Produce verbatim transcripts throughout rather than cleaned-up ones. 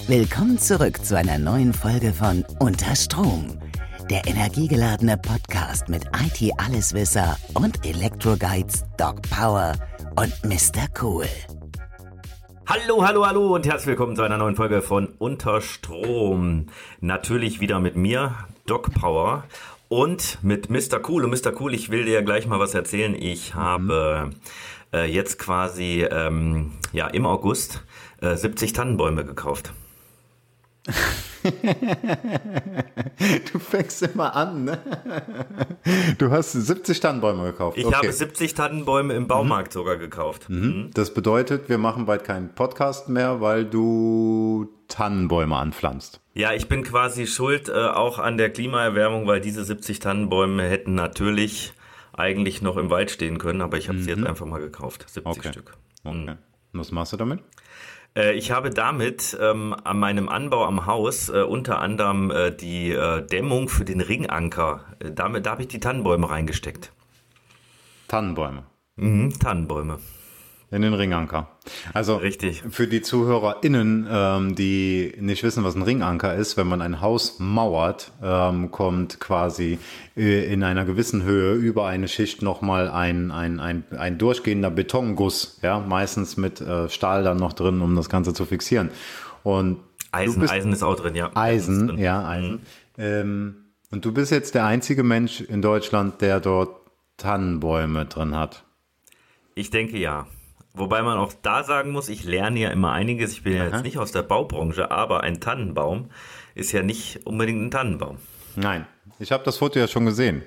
Willkommen zurück zu einer neuen Folge von Unter Strom, der energiegeladene Podcast mit I T-Alleswisser und Elektro-Guides Doc Power und Mister Cool. Hallo, hallo, hallo und herzlich willkommen zu einer neuen Folge von Unter Strom. Natürlich wieder mit mir, Doc Power, und mit Mister Cool. Und Mister Cool, ich will dir gleich mal was erzählen. Ich habe äh, jetzt quasi ähm, ja, im August äh, siebzig Tannenbäume gekauft. Du fängst immer an, ne? Du hast siebzig Tannenbäume gekauft. Ich okay. habe siebzig Tannenbäume im Baumarkt mhm. sogar gekauft. Mhm. Das bedeutet, wir machen bald keinen Podcast mehr, weil du Tannenbäume anpflanzt. Ja, ich bin quasi schuld äh, auch an der Klimaerwärmung, weil diese siebzig Tannenbäume hätten natürlich eigentlich noch im Wald stehen können, aber ich habe mhm. sie jetzt einfach mal gekauft. siebzig okay. Stück. Okay. Mhm. Was machst du damit? Ich habe damit ähm, an meinem Anbau am Haus äh, unter anderem äh, die äh, Dämmung für den Ringanker. Äh, damit, da habe ich die Tannenbäume reingesteckt. Tannenbäume? Mhm, Tannenbäume. In den Ringanker. Also richtig. Für die ZuhörerInnen, ähm, die nicht wissen, was ein Ringanker ist, wenn man ein Haus mauert, ähm, kommt quasi äh, in einer gewissen Höhe über eine Schicht nochmal ein, ein, ein, ein durchgehender Betonguss, ja, meistens mit äh, Stahl dann noch drin, um das Ganze zu fixieren. Und Eisen, Eisen ist auch drin, ja. Eisen, drin. ja, Eisen. Mhm. Ähm, und du bist jetzt der einzige Mensch in Deutschland, der dort Tannenbäume drin hat. Ich denke ja. Wobei man auch da sagen muss, ich lerne ja immer einiges. Ich bin ja Aha. jetzt nicht aus der Baubranche, aber ein Tannenbaum ist ja nicht unbedingt ein Tannenbaum. Nein, ich habe das Foto ja schon gesehen.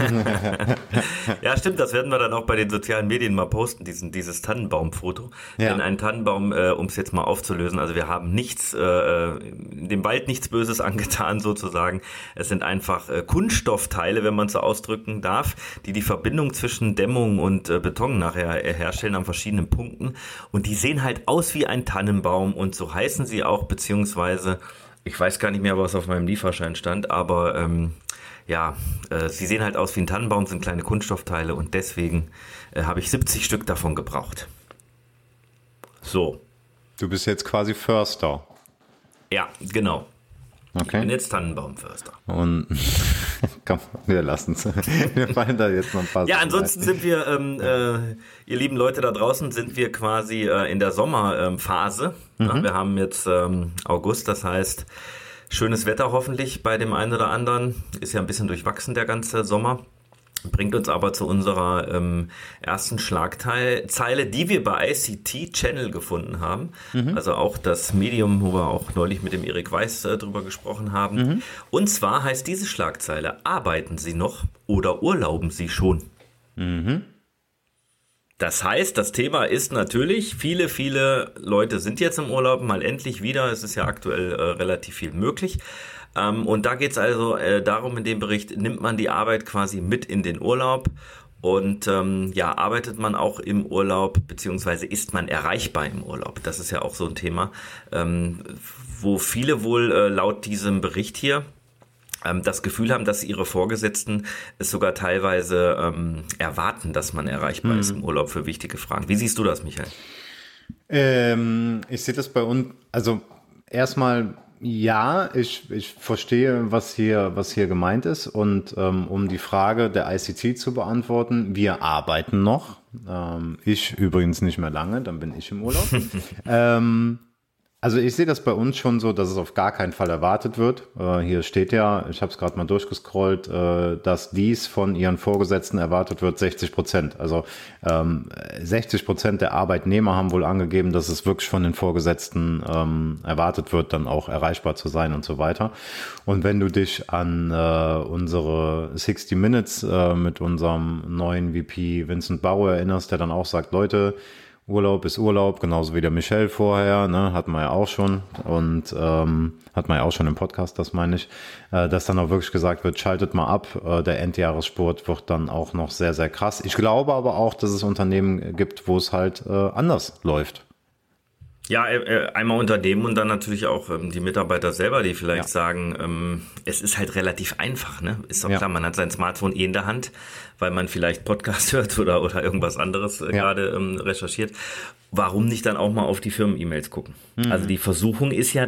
Ja, stimmt, das werden wir dann auch bei den sozialen Medien mal posten, diesen, dieses Tannenbaumfoto. Ja. Denn ein Tannenbaum, äh, um es jetzt mal aufzulösen, also wir haben nichts, äh, dem Wald nichts Böses angetan sozusagen. Es sind einfach äh, Kunststoffteile, wenn man so ausdrücken darf, die die Verbindung zwischen Dämmung und äh, Beton nachher äh, herstellen an verschiedenen Punkten. Und die sehen halt aus wie ein Tannenbaum und so heißen sie auch, beziehungsweise ich weiß gar nicht mehr, was auf meinem Lieferschein stand, aber ähm, ja, äh, sie sehen halt aus wie ein Tannenbaum, sind kleine Kunststoffteile und deswegen äh, habe ich siebzig Stück davon gebraucht. So. Du bist jetzt quasi Förster. Ja, genau. Okay. Ich bin jetzt Tannenbaumförster. Und komm, wir lassen es. Wir fallen da jetzt noch ein paar Ja, ansonsten rein. Sind wir, ähm, äh, ihr lieben Leute da draußen, sind wir quasi äh, in der Sommerphase. Ähm, mhm. ja, wir haben jetzt ähm, August, das heißt schönes Wetter hoffentlich bei dem einen oder anderen. Ist ja ein bisschen durchwachsen der ganze Sommer. Bringt uns aber zu unserer ähm, ersten Schlagzeile, die wir bei I C T Channel gefunden haben. Mhm. Also auch das Medium, wo wir auch neulich mit dem Erik Weiß äh, drüber gesprochen haben. Mhm. Und zwar heißt diese Schlagzeile, arbeiten Sie noch oder urlauben Sie schon? Mhm. Das heißt, das Thema ist natürlich, viele, viele Leute sind jetzt im Urlaub, mal endlich wieder. Es ist ja aktuell äh, relativ viel möglich. Ähm, und da geht es also äh, darum, in dem Bericht, nimmt man die Arbeit quasi mit in den Urlaub und ähm, ja, arbeitet man auch im Urlaub, beziehungsweise ist man erreichbar im Urlaub. Das ist ja auch so ein Thema, ähm, wo viele wohl äh, laut diesem Bericht hier ähm, das Gefühl haben, dass ihre Vorgesetzten es sogar teilweise ähm, erwarten, dass man erreichbar mhm. ist im Urlaub für wichtige Fragen. Wie siehst du das, Michael? Ähm, ich sehe das bei uns, also erstmal ja, ich, ich verstehe, was hier, was hier gemeint ist und ähm, um die Frage der I C T zu beantworten, wir arbeiten noch, ähm, ich übrigens nicht mehr lange, dann bin ich im Urlaub. ähm, Also ich sehe das bei uns schon so, dass es auf gar keinen Fall erwartet wird. Äh, hier steht ja, ich habe es gerade mal durchgescrollt, äh, dass dies von ihren Vorgesetzten erwartet wird, sechzig Prozent. Also ähm, sechzig Prozent der Arbeitnehmer haben wohl angegeben, dass es wirklich von den Vorgesetzten ähm, erwartet wird, dann auch erreichbar zu sein und so weiter. Und wenn du dich an äh, unsere sixty Minutes äh, mit unserem neuen V P Vincent Barrow erinnerst, der dann auch sagt, Leute, Urlaub ist Urlaub, genauso wie der Michel vorher, ne, hatten wir ja auch schon und ähm, hat man ja auch schon im Podcast, das meine ich, äh, dass dann auch wirklich gesagt wird, schaltet mal ab, äh, der Endjahressport wird dann auch noch sehr, sehr krass. Ich glaube aber auch, dass es Unternehmen gibt, wo es halt äh, anders läuft. Ja, äh, einmal Unternehmen und dann natürlich auch ähm, die Mitarbeiter selber, die vielleicht ja. sagen, ähm, es ist halt relativ einfach, ne? Ist doch ja. klar, man hat sein Smartphone eh in der Hand, weil man vielleicht Podcast hört oder oder irgendwas anderes äh, ja. gerade ähm, recherchiert. Warum nicht dann auch mal auf die Firmen-E-Mails gucken? Mhm. Also die Versuchung ist ja da.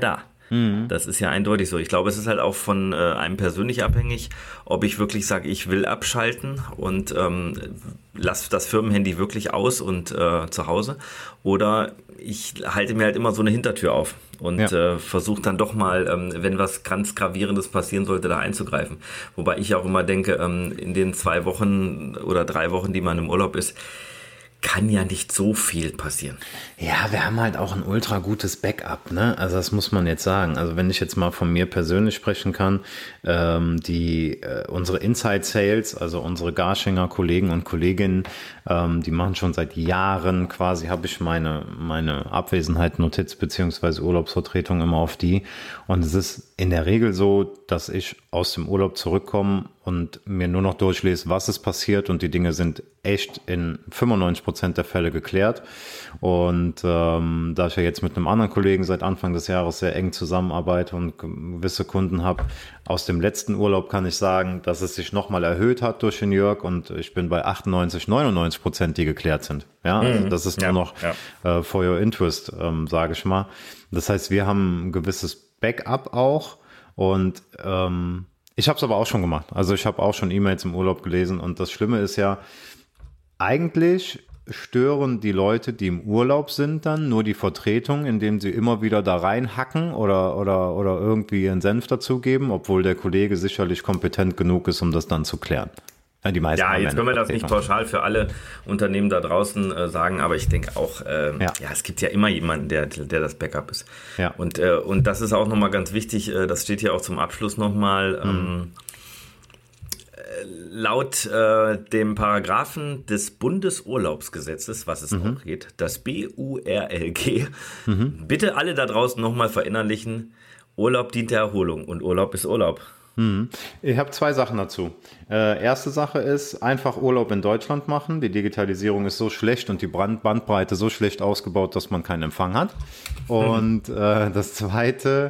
Mhm. Das ist ja eindeutig so. Ich glaube, es ist halt auch von äh, einem persönlich abhängig, ob ich wirklich sage, ich will abschalten und ähm, lasse das Firmenhandy wirklich aus und äh, zu Hause, oder ich halte mir halt immer so eine Hintertür auf und ja. äh, versuche dann doch mal, ähm, wenn was ganz Gravierendes passieren sollte, da einzugreifen. Wobei ich auch immer denke, ähm, in den zwei Wochen oder drei Wochen, die man im Urlaub ist, kann ja nicht so viel passieren. Ja, wir haben halt auch ein ultra gutes Backup, ne? Also das muss man jetzt sagen. Also wenn ich jetzt mal von mir persönlich sprechen kann, ähm, die äh, unsere Inside Sales, also unsere Garchinger Kollegen und Kolleginnen, ähm, die machen schon seit Jahren quasi, habe ich meine meine Abwesenheit Notiz beziehungsweise Urlaubsvertretung immer auf die. Und es ist in der Regel so, dass ich aus dem Urlaub zurückkomme und mir nur noch durchlese, was ist passiert, und die Dinge sind echt in fünfundneunzig Prozent der Fälle geklärt. Und ähm, da ich ja jetzt mit einem anderen Kollegen seit Anfang des Jahres sehr eng zusammenarbeite und gewisse Kunden habe, aus dem letzten Urlaub kann ich sagen, dass es sich nochmal erhöht hat durch den Jörg, und ich bin bei achtundneunzig, neunundneunzig Prozent, die geklärt sind. Ja, also das ist ja, nur noch ja. äh, for your interest, ähm, sage ich mal. Das heißt, wir haben ein gewisses Backup auch, und ähm, ich habe es aber auch schon gemacht. Also ich habe auch schon E-Mails im Urlaub gelesen, und das Schlimme ist ja, eigentlich stören die Leute, die im Urlaub sind, dann nur die Vertretung, indem sie immer wieder da reinhacken oder, oder, oder irgendwie ihren Senf dazugeben, obwohl der Kollege sicherlich kompetent genug ist, um das dann zu klären. Ja, die meisten ja, jetzt können wir das nicht pauschal für alle Unternehmen da draußen äh, sagen, aber ich denke auch, äh, ja. ja, es gibt ja immer jemanden, der, der das Backup ist. Ja. Und, äh, und das ist auch nochmal ganz wichtig, äh, das steht hier auch zum Abschluss nochmal, mhm. ähm, laut äh, dem Paragraphen des Bundesurlaubsgesetzes, was es mhm. auch geht, das B U R L G, mhm. bitte alle da draußen nochmal verinnerlichen, Urlaub dient der Erholung und Urlaub ist Urlaub. Mhm. Ich habe zwei Sachen dazu. Äh, erste Sache ist, einfach Urlaub in Deutschland machen. Die Digitalisierung ist so schlecht und die Brand- Bandbreite so schlecht ausgebaut, dass man keinen Empfang hat. Und mhm. äh, das zweite,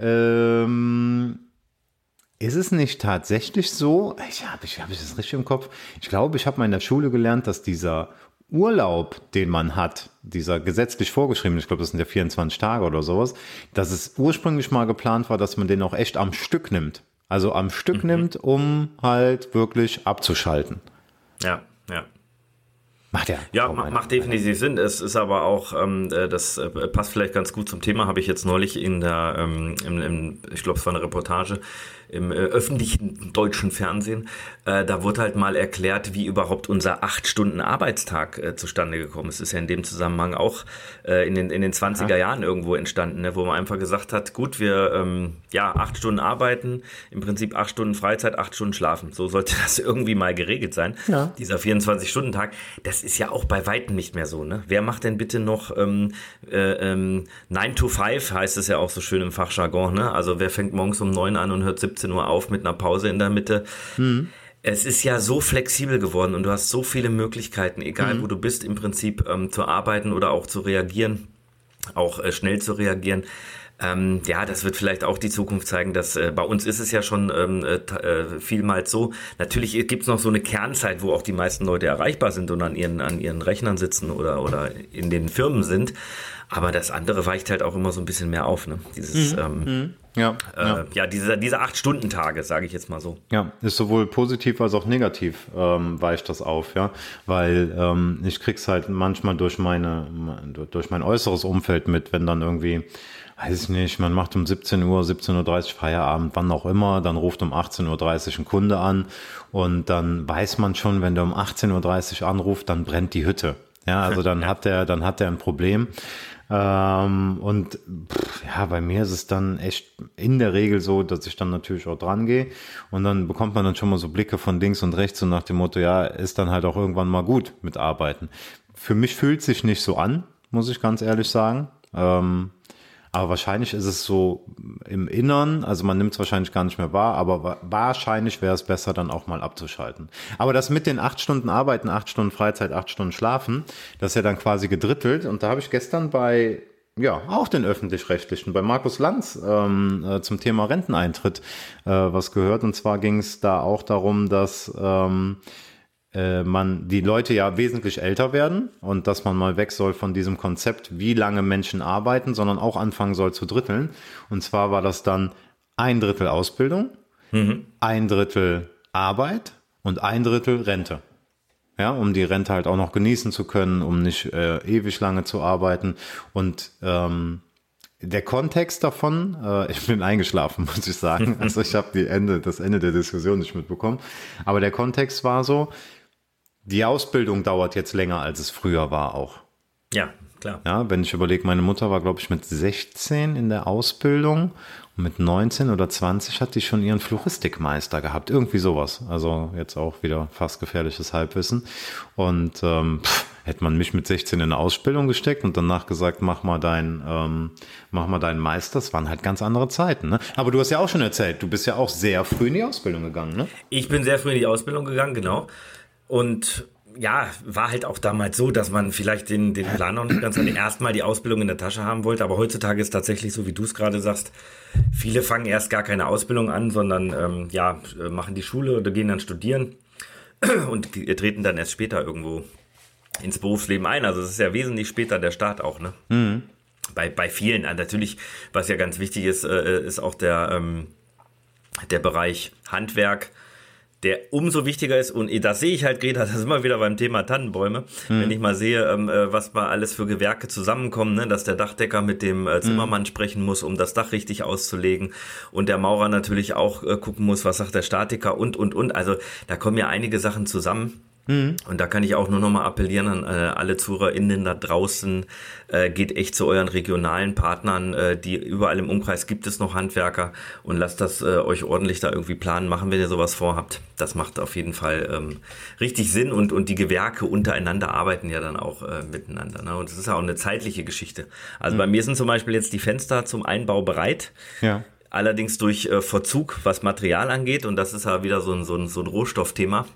ähm, ist es nicht tatsächlich so, ich habe ich, hab ich das richtig im Kopf, ich glaube, ich habe mal in der Schule gelernt, dass dieser Urlaub, den man hat, dieser gesetzlich vorgeschrieben, ich glaube, das sind ja vierundzwanzig Tage oder sowas, dass es ursprünglich mal geplant war, dass man den auch echt am Stück nimmt. Also am Stück mhm. nimmt, um halt wirklich abzuschalten. Ja, ja. Macht ja. Ja, macht, macht definitiv Sinn. Es ist aber auch, ähm, das äh, passt vielleicht ganz gut zum Thema, habe ich jetzt neulich in der, ähm, im, im, ich glaube, es war eine Reportage im äh, öffentlichen deutschen Fernsehen. Äh, da wurde halt mal erklärt, wie überhaupt unser acht Stunden Arbeitstag äh, zustande gekommen ist. Es ist ja in dem Zusammenhang auch äh, in den, in den zwanziger Aha. Jahren irgendwo entstanden, ne, wo man einfach gesagt hat, gut, wir ähm, ja acht Stunden arbeiten, im Prinzip acht Stunden Freizeit, acht Stunden schlafen. So sollte das irgendwie mal geregelt sein. Ja. Dieser vierundzwanzig-Stunden-Tag, das ist ja auch bei Weitem nicht mehr so. Ne? Wer macht denn bitte noch ähm, äh, ähm, nine to five, heißt es ja auch so schön im Fachjargon. Ne? Also wer fängt morgens um neun an und hört siebzehn Uhr auf mit einer Pause in der Mitte. Mhm. Es ist ja so flexibel geworden und du hast so viele Möglichkeiten, egal mhm. wo du bist, im Prinzip ähm, zu arbeiten oder auch zu reagieren, auch äh, schnell zu reagieren. Ähm, ja, das wird vielleicht auch die Zukunft zeigen, dass äh, bei uns ist es ja schon ähm, äh, vielmals so. Natürlich gibt es noch so eine Kernzeit, wo auch die meisten Leute erreichbar sind und an ihren, an ihren Rechnern sitzen oder, oder in den Firmen sind. Aber das andere weicht halt auch immer so ein bisschen mehr auf, ne? Dieses, mhm. ähm, ja, äh, ja. ja, diese, diese Acht-Stunden-Tage, sage ich jetzt mal so. Ja, ist sowohl positiv als auch negativ ähm, weicht das auf, ja, weil ähm, ich krieg's halt manchmal durch meine, durch mein äußeres Umfeld mit, wenn dann irgendwie, weiß ich nicht, man macht um siebzehn Uhr, siebzehn Uhr dreißig Feierabend, wann auch immer, dann ruft um achtzehn Uhr dreißig ein Kunde an und dann weiß man schon, wenn der um achtzehn Uhr dreißig anruft, dann brennt die Hütte. Ja, also dann ja. hat der, dann hat der ein Problem. Ähm, und pff, ja, bei mir ist es dann echt in der Regel so, dass ich dann natürlich auch dran gehe und dann bekommt man dann schon mal so Blicke von links und rechts und nach dem Motto, ja, ist dann halt auch irgendwann mal gut mit Arbeiten. Für mich fühlt sich nicht so an, muss ich ganz ehrlich sagen. Ähm, aber wahrscheinlich ist es so im Innern, also man nimmt es wahrscheinlich gar nicht mehr wahr, aber wa- wahrscheinlich wäre es besser, dann auch mal abzuschalten. Aber das mit den acht Stunden Arbeiten, acht Stunden Freizeit, acht Stunden Schlafen, das ist ja dann quasi gedrittelt. Und da habe ich gestern bei, ja, auch den Öffentlich-Rechtlichen, bei Markus Lanz ähm, äh, zum Thema Renteneintritt äh, was gehört. Und zwar ging es da auch darum, dass ähm, äh, man die Leute ja wesentlich älter werden und dass man mal weg soll von diesem Konzept, wie lange Menschen arbeiten, sondern auch anfangen soll zu dritteln. Und zwar war das dann ein Drittel Ausbildung, mhm. ein Drittel Arbeit und ein Drittel Rente. Ja, um die Rente halt auch noch genießen zu können, um nicht äh, ewig lange zu arbeiten. Und ähm, der Kontext davon, äh, ich bin eingeschlafen, muss ich sagen. Also ich habe die Ende, das Ende der Diskussion nicht mitbekommen. Aber der Kontext war so, die Ausbildung dauert jetzt länger, als es früher war auch. Ja, klar. Ja, wenn ich überlege, meine Mutter war, glaube ich, mit sechzehn in der Ausbildung und mit neunzehn oder zwanzig hat die schon ihren Floristikmeister gehabt. Irgendwie sowas. Also jetzt auch wieder fast gefährliches Halbwissen. Und ähm, pff, hätte man mich mit sechzehn in eine Ausbildung gesteckt und danach gesagt, mach mal dein, ähm, mach mal deinen Meister. Das waren halt ganz andere Zeiten. Ne? Aber du hast ja auch schon erzählt, du bist ja auch sehr früh in die Ausbildung gegangen. Ne? Ich bin sehr früh in die Ausbildung gegangen, genau. Und ja, war halt auch damals so, dass man vielleicht den, den Plan noch nicht ganz hatte, erstmal die Ausbildung in der Tasche haben wollte. Aber heutzutage ist tatsächlich so, wie du es gerade sagst, viele fangen erst gar keine Ausbildung an, sondern ähm, ja, machen die Schule oder gehen dann studieren und treten dann erst später irgendwo ins Berufsleben ein. Also es ist ja wesentlich später der Start auch, ne? Mhm. Bei, bei vielen. Natürlich, was ja ganz wichtig ist, äh, ist auch der, ähm, der Bereich Handwerk, der umso wichtiger ist, und das sehe ich halt, Greta, das ist immer wieder beim Thema Tannenbäume, mhm. wenn ich mal sehe, ähm, was mal alles für Gewerke zusammenkommen, ne? Dass der Dachdecker mit dem äh, Zimmermann mhm. sprechen muss, um das Dach richtig auszulegen, und der Maurer natürlich auch äh, gucken muss, was sagt der Statiker und, und, und, also da kommen ja einige Sachen zusammen. Mhm. Und da kann ich auch nur nochmal appellieren an äh, alle ZuhörerInnen da draußen, äh, geht echt zu euren regionalen Partnern, äh, die überall im Umkreis gibt es noch Handwerker, und lasst das äh, euch ordentlich da irgendwie planen machen, wenn ihr sowas vorhabt. Das macht auf jeden Fall ähm, richtig Sinn, und und die Gewerke untereinander arbeiten ja dann auch äh, miteinander, ne? Und das ist ja auch eine zeitliche Geschichte. Also mhm. bei mir sind zum Beispiel jetzt die Fenster zum Einbau bereit. Ja. Allerdings durch äh, Verzug, was Material angeht, und das ist ja wieder so ein, so ein, so ein Rohstoffthema.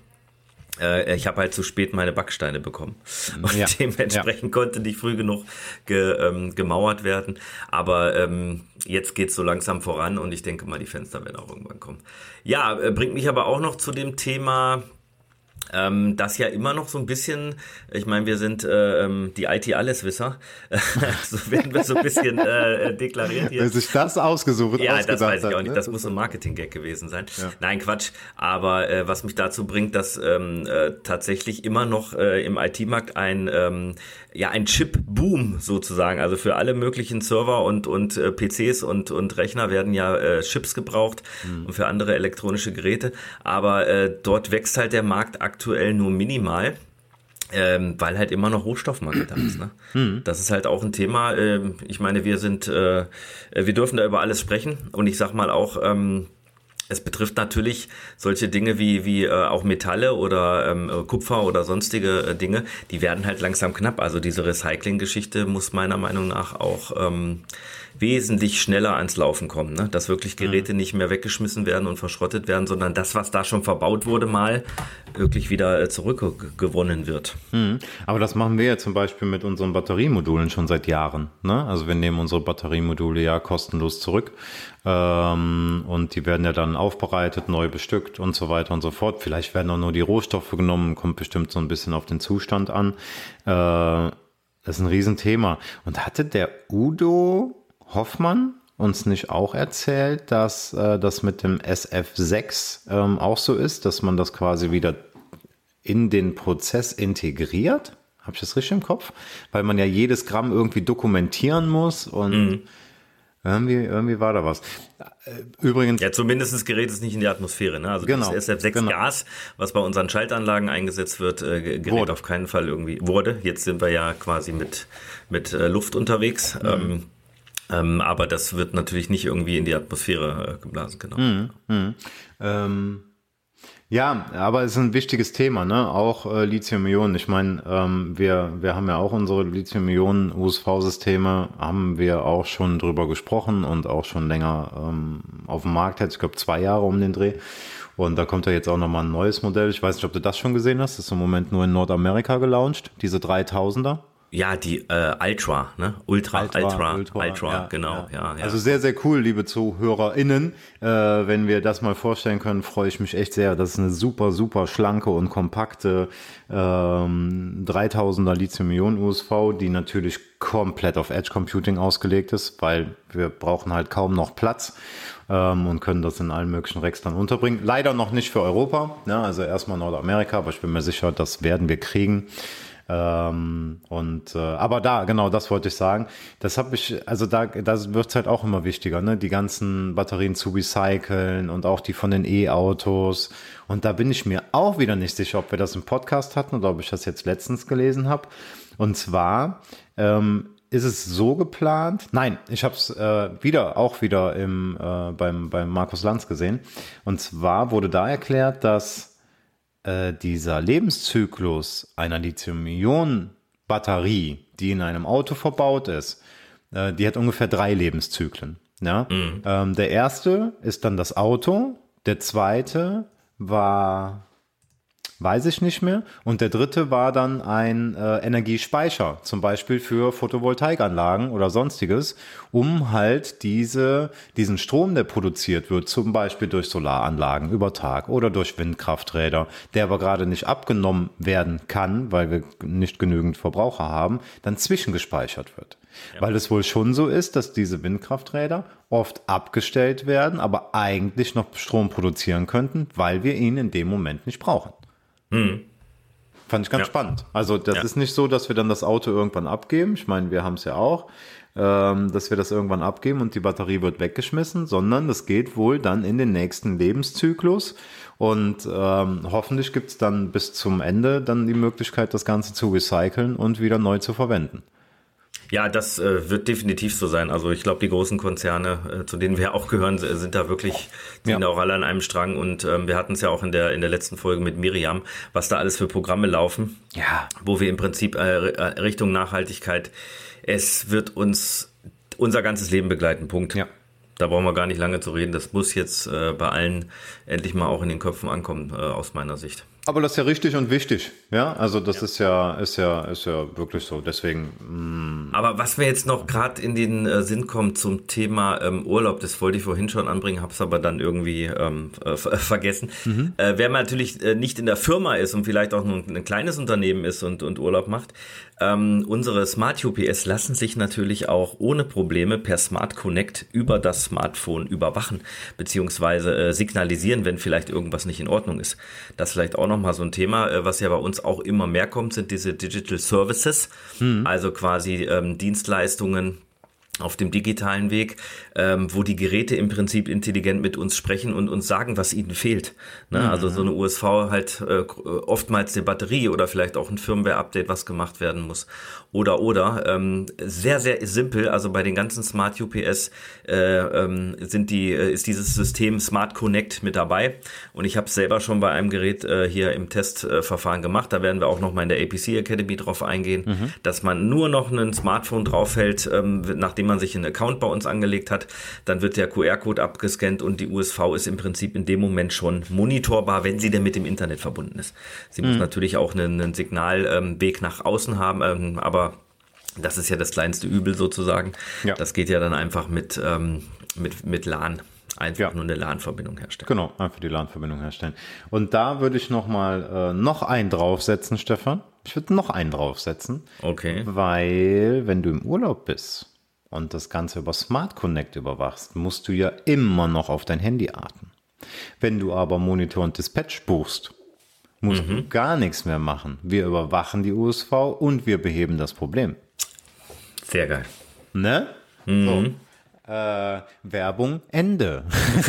Ich habe halt zu spät meine Backsteine bekommen und ja, dementsprechend ja. konnte nicht früh genug ge, ähm, gemauert werden, aber ähm, jetzt geht's so langsam voran, und ich denke mal, die Fenster werden auch irgendwann kommen. Ja, äh, bringt mich aber auch noch zu dem Thema, ähm, das ja immer noch so ein bisschen, ich meine, wir sind äh, die I T-Alleswisser, so werden wir so ein bisschen äh, deklariert hier. Wer sich das ausgesucht Ja, das weiß ich auch nicht, ne? Das muss ein Marketing-Gag gewesen sein. Ja. Nein, Quatsch, aber äh, was mich dazu bringt, dass ähm, äh, tatsächlich immer noch äh, im I T-Markt ein ähm, ja ein Chip-Boom sozusagen, also für alle möglichen Server und und äh, P Cs und und Rechner werden ja äh, Chips gebraucht mhm. und für andere elektronische Geräte, aber äh, dort wächst halt der Markt aktuell nur minimal. Ähm, weil halt immer noch Rohstoffmangel da ist. Ne? Mhm. Das ist halt auch ein Thema. Ähm, ich meine, wir sind, äh, wir dürfen da über alles sprechen, und ich sag mal auch, ähm, es betrifft natürlich solche Dinge wie wie äh, auch Metalle oder ähm, Kupfer oder sonstige äh, Dinge, die werden halt langsam knapp. Also diese Recycling-Geschichte muss meiner Meinung nach auch ähm, wesentlich schneller ans Laufen kommen, ne? Dass wirklich Geräte mhm. nicht mehr weggeschmissen werden und verschrottet werden, sondern das, was da schon verbaut wurde, mal wirklich wieder zurückgewonnen wird. Mhm. Aber das machen wir ja zum Beispiel mit unseren Batteriemodulen schon seit Jahren, ne? Also wir nehmen unsere Batteriemodule ja kostenlos zurück, ähm, und die werden ja dann aufbereitet, neu bestückt und so weiter und so fort. Vielleicht werden auch nur die Rohstoffe genommen, kommt bestimmt so ein bisschen auf den Zustand an. Äh, das ist ein Riesenthema. Und hatte der Udo Hoffmann uns nicht auch erzählt, dass äh, das mit dem S F sechs ähm, auch so ist, dass man das quasi wieder in den Prozess integriert? Habe ich das richtig im Kopf? Weil man ja jedes Gramm irgendwie dokumentieren muss, und mhm. irgendwie, irgendwie war da was. Übrigens. Ja, zumindest das Gerät ist nicht in die Atmosphäre, ne? Also genau, das S F sechs genau. Gas, was bei unseren Schaltanlagen eingesetzt wird, äh, gerät wurde. auf keinen Fall irgendwie, wurde. Jetzt sind wir ja quasi mit, mit äh, Luft unterwegs. Mhm. Ähm, Ähm, aber das wird natürlich nicht irgendwie in die Atmosphäre äh, geblasen, genau. Mhm, mh. ähm, ja, aber es ist ein wichtiges Thema, ne? Auch äh, Lithium-Ionen. Ich meine, ähm, wir, wir haben ja auch unsere Lithium-Ionen-U S V-Systeme, haben wir auch schon drüber gesprochen und auch schon länger ähm, auf dem Markt jetzt, ich glaube zwei Jahre um den Dreh. Und da kommt ja jetzt auch nochmal ein neues Modell. Ich weiß nicht, ob du das schon gesehen hast. Das ist im Moment nur in Nordamerika gelauncht, diese dreitausender. Ja, die äh, Ultra, ne? Ultra, Ultra, Ultra, Ultra, Ultra, ja, genau, ja. ja, ja. Also sehr, sehr cool, liebe ZuhörerInnen. Äh, wenn wir das mal vorstellen können, freue ich mich echt sehr. Das ist eine super, super schlanke und kompakte ähm, dreitausender Lithium-Ionen-U S V, die natürlich komplett auf Edge Computing ausgelegt ist, weil wir brauchen halt kaum noch Platz ähm, und können das in allen möglichen Racks dann unterbringen. Leider noch nicht für Europa, ne? Also erstmal Nordamerika, aber ich bin mir sicher, das werden wir kriegen. Ähm, und äh, aber da, genau, das wollte ich sagen. Das habe ich, also da, das wird halt auch immer wichtiger, ne? Die ganzen Batterien zu recyceln und auch die von den E-Autos. Und da bin ich mir auch wieder nicht sicher, ob wir das im Podcast hatten oder ob ich das jetzt letztens gelesen habe. Und zwar ähm, ist es so geplant. Nein, ich habe es äh, wieder, auch wieder im äh, beim beim Markus Lanz gesehen. Und zwar wurde da erklärt, dass dieser Lebenszyklus einer Lithium-Ionen-Batterie, die in einem Auto verbaut ist, äh, die hat ungefähr drei Lebenszyklen. Ja? Mhm. Ähm, der erste ist dann das Auto, der zweite war, weiß ich nicht mehr, und der dritte war dann ein äh, Energiespeicher, zum Beispiel für Photovoltaikanlagen oder sonstiges, um halt diese, diesen Strom, der produziert wird, zum Beispiel durch Solaranlagen über Tag oder durch Windkrafträder, der aber gerade nicht abgenommen werden kann, weil wir nicht genügend Verbraucher haben, dann zwischengespeichert wird. Ja. Weil es wohl schon so ist, dass diese Windkrafträder oft abgestellt werden, aber eigentlich noch Strom produzieren könnten, weil wir ihn in dem Moment nicht brauchen. Hm. Fand ich ganz ja. spannend. Also das ja. ist nicht so, dass wir dann das Auto irgendwann abgeben. Ich meine, wir haben es ja auch, ähm, dass wir das irgendwann abgeben und die Batterie wird weggeschmissen, sondern das geht wohl dann in den nächsten Lebenszyklus und ähm, hoffentlich gibt es dann bis zum Ende dann die Möglichkeit, das Ganze zu recyceln und wieder neu zu verwenden. Ja, das äh, wird definitiv so sein. Also ich glaube, die großen Konzerne, äh, zu denen wir auch gehören, sind da wirklich, sind ja. auch alle an einem Strang. Und ähm, wir hatten es ja auch in der in der letzten Folge mit Miriam, was da alles für Programme laufen, ja. wo wir im Prinzip äh, Richtung Nachhaltigkeit, es wird uns unser ganzes Leben begleiten, Punkt. Ja. Da brauchen wir gar nicht lange zu reden. Das muss jetzt äh, bei allen endlich mal auch in den Köpfen ankommen, äh, aus meiner Sicht. Aber das ist ja richtig und wichtig, ja. Also das ja. ist ja, ist ja, ist ja wirklich so. Deswegen. Mh. Aber was mir jetzt noch gerade in den äh, Sinn kommt zum Thema ähm, Urlaub, das wollte ich vorhin schon anbringen, habe es aber dann irgendwie ähm, äh, vergessen. Mhm. Äh, wer man natürlich äh, nicht in der Firma ist und vielleicht auch nur ein, ein kleines Unternehmen ist und, und Urlaub macht, ähm, unsere Smart U P S lassen sich natürlich auch ohne Probleme per Smart Connect über das Smartphone überwachen beziehungsweise äh, signalisieren, wenn vielleicht irgendwas nicht in Ordnung ist. Das vielleicht auch nochmal so ein Thema, was ja bei uns auch immer mehr kommt, sind diese Digital Services, mhm. also quasi ähm, Dienstleistungen auf dem digitalen Weg, ähm, wo die Geräte im Prinzip intelligent mit uns sprechen und uns sagen, was ihnen fehlt. Ne? Mhm. Also so eine U S V halt äh, oftmals eine Batterie oder vielleicht auch ein Firmware-Update, was gemacht werden muss. Oder, oder. Ähm, sehr, sehr simpel. Also bei den ganzen Smart U P S äh, ähm, sind die, äh, ist dieses System Smart Connect mit dabei. Und ich habe es selber schon bei einem Gerät äh, hier im Testverfahren äh, gemacht. Da werden wir auch noch mal in der A P C Academy drauf eingehen, mhm. dass man nur noch ein Smartphone draufhält, ähm, nachdem man sich einen Account bei uns angelegt hat, dann wird der Q R-Code abgescannt und die U S V ist im Prinzip in dem Moment schon monitorbar, wenn sie denn mit dem Internet verbunden ist. Sie mhm. muss natürlich auch einen, einen Signalweg ähm, nach außen haben, ähm, aber das ist ja das kleinste Übel sozusagen. Ja. Das geht ja dann einfach mit, ähm, mit, mit LAN. Einfach ja. nur eine LAN-Verbindung herstellen. Genau, einfach die LAN-Verbindung herstellen. Und da würde ich noch mal äh, noch einen draufsetzen, Stefan. Ich würde noch einen draufsetzen. Okay. Weil, wenn du im Urlaub bist und das Ganze über Smart Connect überwachst, musst du ja immer noch auf dein Handy atmen. Wenn du aber Monitor und Dispatch buchst, musst mhm. du gar nichts mehr machen. Wir überwachen die U S V und wir beheben das Problem. Sehr geil. Ne? Mhm. So. Äh, Werbung, Ende.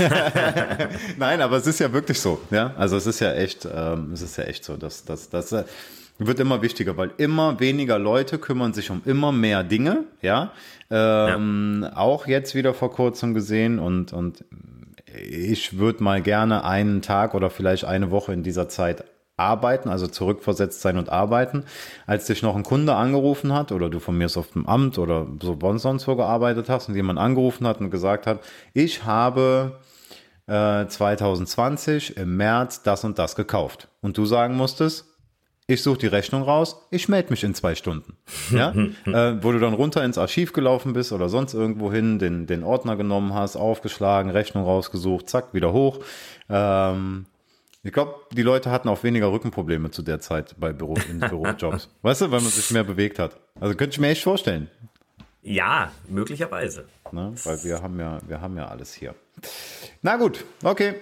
Nein, aber es ist ja wirklich so. Ja? Also es ist ja echt, ähm, es ist ja echt so, dass das dass, äh, wird immer wichtiger, weil immer weniger Leute kümmern sich um immer mehr Dinge. Ja, ähm, ja. Auch jetzt wieder vor kurzem gesehen und und ich würde mal gerne einen Tag oder vielleicht eine Woche in dieser Zeit arbeiten, also zurückversetzt sein und arbeiten, als dich noch ein Kunde angerufen hat oder du von mir aus auf dem Amt oder so sonst wo gearbeitet hast und jemand angerufen hat und gesagt hat, ich habe äh, zwanzig zwanzig im März das und das gekauft. Und du sagen musstest, ich suche die Rechnung raus, ich melde mich in zwei Stunden. Ja? äh, wo du dann runter ins Archiv gelaufen bist oder sonst irgendwo hin, den, den Ordner genommen hast, aufgeschlagen, Rechnung rausgesucht, zack, wieder hoch. Ähm, ich glaube, die Leute hatten auch weniger Rückenprobleme zu der Zeit bei Büro, in Bürojobs. Weißt du, weil man sich mehr bewegt hat. Also könnte ich mir echt vorstellen. Ja, möglicherweise. Ne? Weil wir haben ja, wir haben ja alles hier. Na gut, okay.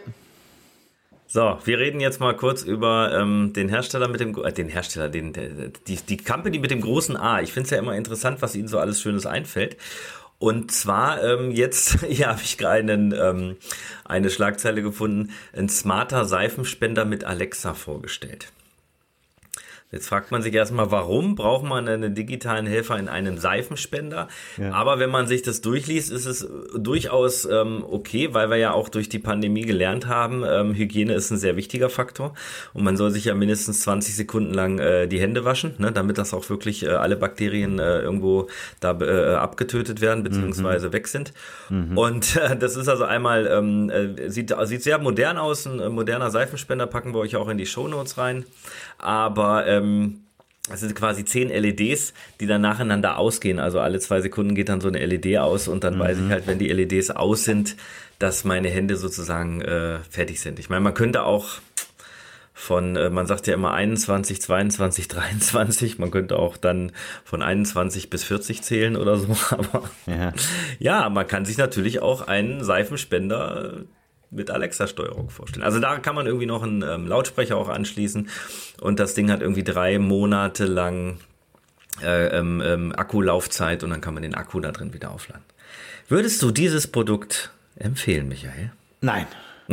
So, wir reden jetzt mal kurz über ähm, den Hersteller mit dem, äh, den Hersteller, den, die, die Company mit dem großen A. Ich finde es ja immer interessant, was ihnen so alles Schönes einfällt. Und zwar ähm, jetzt, hier habe ich gerade einen, ähm, eine Schlagzeile gefunden, ein smarter Seifenspender mit Alexa vorgestellt. Jetzt fragt man sich erstmal, warum braucht man einen digitalen Helfer in einem Seifenspender? Ja. Aber wenn man sich das durchliest, ist es durchaus ähm, okay, weil wir ja auch durch die Pandemie gelernt haben, ähm, Hygiene ist ein sehr wichtiger Faktor und man soll sich ja mindestens zwanzig Sekunden lang äh, die Hände waschen, ne, damit das auch wirklich äh, alle Bakterien äh, irgendwo da äh, abgetötet werden beziehungsweise mhm. weg sind. Mhm. Und äh, das ist also einmal, ähm, äh, sieht, sieht sehr modern aus, ein äh, moderner Seifenspender, packen wir euch auch in die Shownotes rein, aber äh, es sind quasi zehn L E Ds, die dann nacheinander ausgehen. Also alle zwei Sekunden geht dann so eine L E D aus und dann mhm. weiß ich halt, wenn die L E Ds aus sind, dass meine Hände sozusagen äh, fertig sind. Ich meine, man könnte auch von, äh, man sagt ja immer einundzwanzig, zweiundzwanzig, dreiundzwanzig, man könnte auch dann von einundzwanzig bis vierzig zählen oder so. Aber ja, ja man kann sich natürlich auch einen Seifenspender mit Alexa-Steuerung vorstellen. Also da kann man irgendwie noch einen ähm, Lautsprecher auch anschließen und das Ding hat irgendwie drei Monate lang äh, ähm, ähm, Akkulaufzeit und dann kann man den Akku da drin wieder aufladen. Würdest du dieses Produkt empfehlen, Michael? Nein.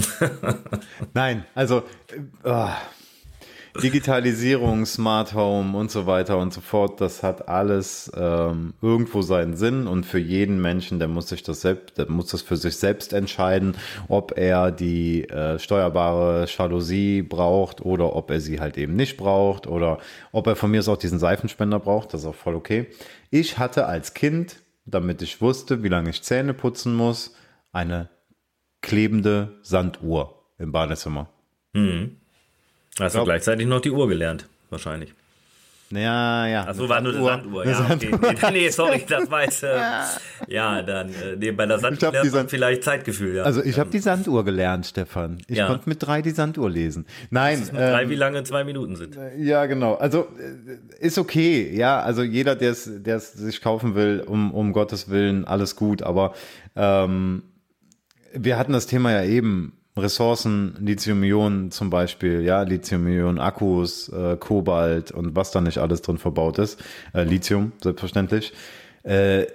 Nein, also äh, oh. Digitalisierung, Smart Home und so weiter und so fort, das hat alles ähm, irgendwo seinen Sinn und für jeden Menschen, der muss sich das selbst, der muss das für sich selbst entscheiden, ob er die äh, steuerbare Jalousie braucht oder ob er sie halt eben nicht braucht oder ob er von mir aus auch diesen Seifenspender braucht, das ist auch voll okay. Ich hatte als Kind, damit ich wusste, wie lange ich Zähne putzen muss, eine klebende Sanduhr im Badezimmer. Mhm. Hast du gleichzeitig noch die Uhr gelernt, wahrscheinlich. Ja, ja. Achso, war nur eine Sanduhr. Eine ja, Sanduhr. Okay. Nee, nee, sorry, das war jetzt, äh, ja, dann, äh, nee, bei der Sanduhr lernt man vielleicht Zeitgefühl, ja. Also ich habe die Sanduhr gelernt, Stefan. Ich ja. konnte mit drei die Sanduhr lesen. Nein. Das ist mit ähm, drei, wie lange zwei Minuten sind. Ja, genau. Also ist okay, ja. Also jeder, der es der es sich kaufen will, um, um Gottes Willen, alles gut. Aber ähm, wir hatten das Thema ja eben. Ressourcen, Lithium-Ionen zum Beispiel, ja, Lithium-Ionen-Akkus, äh, Kobalt und was da nicht alles drin verbaut ist, äh, Lithium, selbstverständlich. Äh,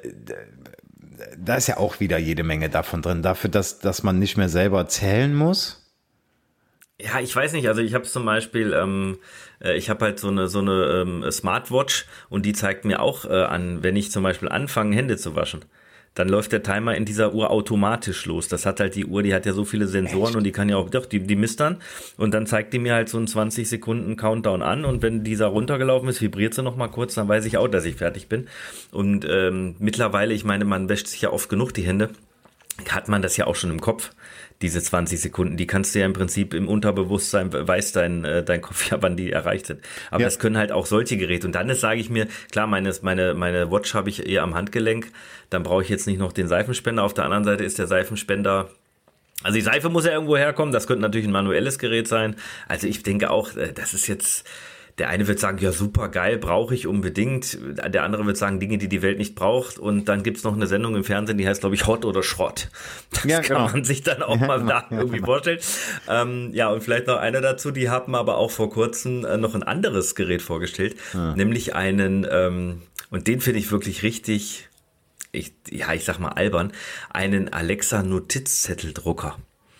da ist ja auch wieder jede Menge davon drin, dafür, dass, dass man nicht mehr selber zählen muss. Ja, ich weiß nicht, also ich habe zum Beispiel, ähm, ich habe halt so eine so eine ähm, Smartwatch und die zeigt mir auch äh, an, wenn ich zum Beispiel anfange, Hände zu waschen. Dann läuft der Timer in dieser Uhr automatisch los. Das hat halt die Uhr, die hat ja so viele Sensoren Echt? Und die kann ja auch, doch, die, die misst dann. Und dann zeigt die mir halt so einen zwanzig Sekunden Countdown an. Und wenn dieser runtergelaufen ist, vibriert sie noch mal kurz, dann weiß ich auch, dass ich fertig bin. Und ähm, mittlerweile, ich meine, man wäscht sich ja oft genug die Hände, hat man das ja auch schon im Kopf. Diese zwanzig Sekunden, die kannst du ja im Prinzip im Unterbewusstsein, weiß dein, äh, dein Kopf ja, wann die erreicht sind. Aber ja. das können halt auch solche Geräte. Und dann ist, sage ich mir, klar, meine, meine, meine Watch habe ich eher am Handgelenk, dann brauche ich jetzt nicht noch den Seifenspender. Auf der anderen Seite ist der Seifenspender, also die Seife muss ja irgendwo herkommen, das könnte natürlich ein manuelles Gerät sein. Also ich denke auch, das ist jetzt... Der eine wird sagen, ja super geil, brauche ich unbedingt. Der andere wird sagen, Dinge, die die Welt nicht braucht. Und dann gibt's noch eine Sendung im Fernsehen, die heißt, glaube ich, Hot oder Schrott. Das ja, kann genau. man sich dann auch ja, mal da ja, irgendwie ja. vorstellen. Ähm, ja, und vielleicht noch einer dazu, die haben aber auch vor kurzem äh, noch ein anderes Gerät vorgestellt, ja. nämlich einen, ähm, und den finde ich wirklich richtig, ich, ja, ich sag mal albern, einen Alexa-Notizzetteldrucker.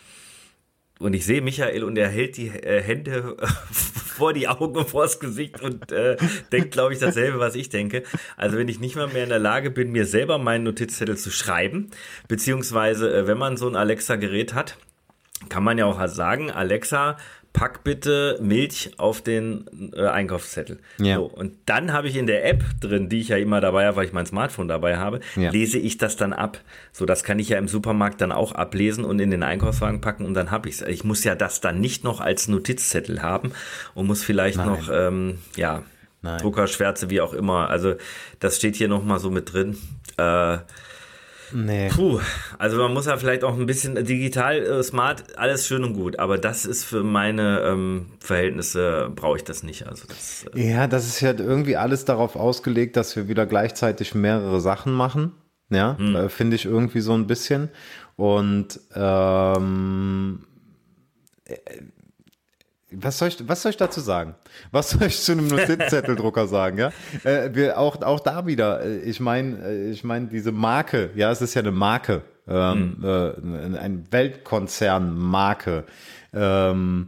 Und ich sehe Michael und er hält die äh, Hände vor die Augen, vors Gesicht und äh, denkt, glaube ich, dasselbe, was ich denke. Also wenn ich nicht mal mehr in der Lage bin, mir selber meinen Notizzettel zu schreiben, beziehungsweise äh, wenn man so ein Alexa-Gerät hat, kann man ja auch sagen, Alexa, pack bitte Milch auf den äh, Einkaufszettel. Ja. So, und dann habe ich in der App drin, die ich ja immer dabei habe, weil ich mein Smartphone dabei habe, ja. lese ich das dann ab. So, das kann ich ja im Supermarkt dann auch ablesen und in den Einkaufswagen packen und dann habe ich es. Ich muss ja das dann nicht noch als Notizzettel haben und muss vielleicht Nein. noch, ähm, ja, Nein. Druckerschwärze, wie auch immer. Also das steht hier nochmal so mit drin. Äh, Nee. Puh, also man muss ja vielleicht auch ein bisschen digital, äh, smart, alles schön und gut, aber das ist für meine ähm, Verhältnisse, brauche ich das nicht. Also das, äh ja, das ist ja irgendwie alles darauf ausgelegt, dass wir wieder gleichzeitig mehrere Sachen machen, ja, hm. äh, finde ich irgendwie so ein bisschen und ähm, äh, Was soll, ich, was soll ich dazu sagen? Was soll ich zu einem Notizzetteldrucker sagen? Ja, äh, wir auch auch da wieder. Ich meine, ich meine diese Marke. Ja, es ist ja eine Marke, ähm, mhm. äh, ein Weltkonzern-Marke. Ähm,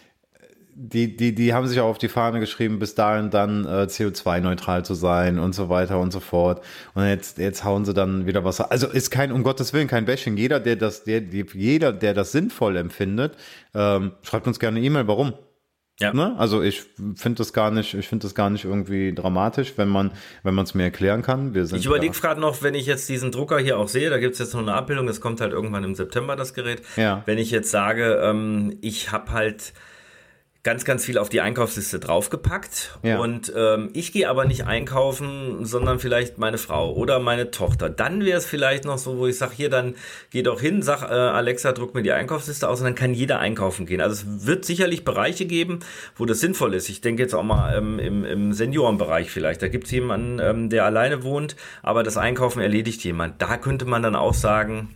die die die haben sich auch auf die Fahne geschrieben, bis dahin dann äh, C O zwei neutral zu sein und so weiter und so fort. Und jetzt jetzt hauen sie dann wieder was. Also ist kein um Gottes Willen kein Bashing. Jeder der das der die, jeder der das sinnvoll empfindet, ähm, schreibt uns gerne eine E-Mail. Warum? Ja. Ne? Also ich finde das gar nicht, ich finde das gar nicht irgendwie dramatisch, wenn man wenn man es mir erklären kann. Wir sind ich überlege gerade noch, wenn ich jetzt diesen Drucker hier auch sehe, da gibt es jetzt noch eine Abbildung. Das kommt halt irgendwann im September das Gerät. Ja. Wenn ich jetzt sage, ähm, ich habe halt ganz, ganz viel auf die Einkaufsliste draufgepackt ja. und ähm, ich gehe aber nicht einkaufen, sondern vielleicht meine Frau oder meine Tochter. Dann wäre es vielleicht noch so, wo ich sage, hier, dann geh doch hin, sag äh, Alexa, druck mir die Einkaufsliste aus und dann kann jeder einkaufen gehen. Also es wird sicherlich Bereiche geben, wo das sinnvoll ist. Ich denke jetzt auch mal ähm, im, im Seniorenbereich vielleicht. Da gibt es jemanden, ähm, der alleine wohnt, aber das Einkaufen erledigt jemand. Da könnte man dann auch sagen,